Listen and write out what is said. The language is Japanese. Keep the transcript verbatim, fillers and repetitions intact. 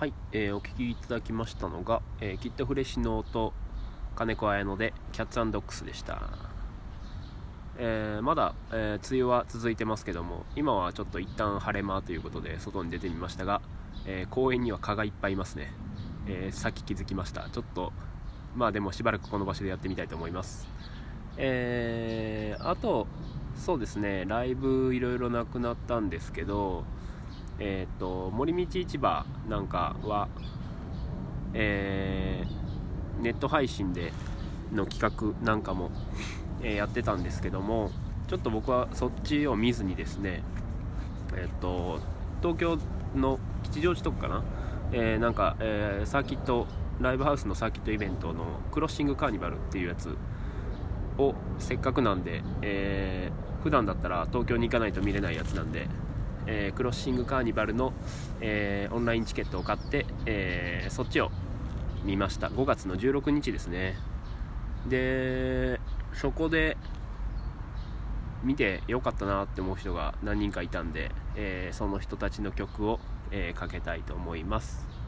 はい、えーお聞きいただきましたのが、えー、キットフレッシュノート金子綾乃でキャッツ&ドッグスでした。えーまだ、えー梅雨は続いてますけども、今はちょっと一旦晴れ間ということで外に出てみましたが、えー公園には蚊がいっぱいいますね。えーさっき気づきました。ちょっとまあでもしばらくこの場所でやってみたいと思います。えーあとそうですね、ライブいろいろなくなったんですけど、えっ、と森道市場なんかは、えーネット配信での企画なんかも、えーやってたんですけども、ちょっと僕はそっちを見ずにですね、えっ、と東京の吉祥寺とかかな、えーなんか、えーサーキットライブハウスのサーキットイベントのクロッシングカーニバルっていうやつをせっかくなんで、えー普段だったら東京に行かないと見れないやつなんで、えークロッシングカーニバルの、えーオンラインチケットを買って、えーそっちを見ました。ごがつのじゅうろくにちですね。でそこで見てよかったなって思う人が何人かいたんで、えーその人たちの曲を、えーかけたいと思います。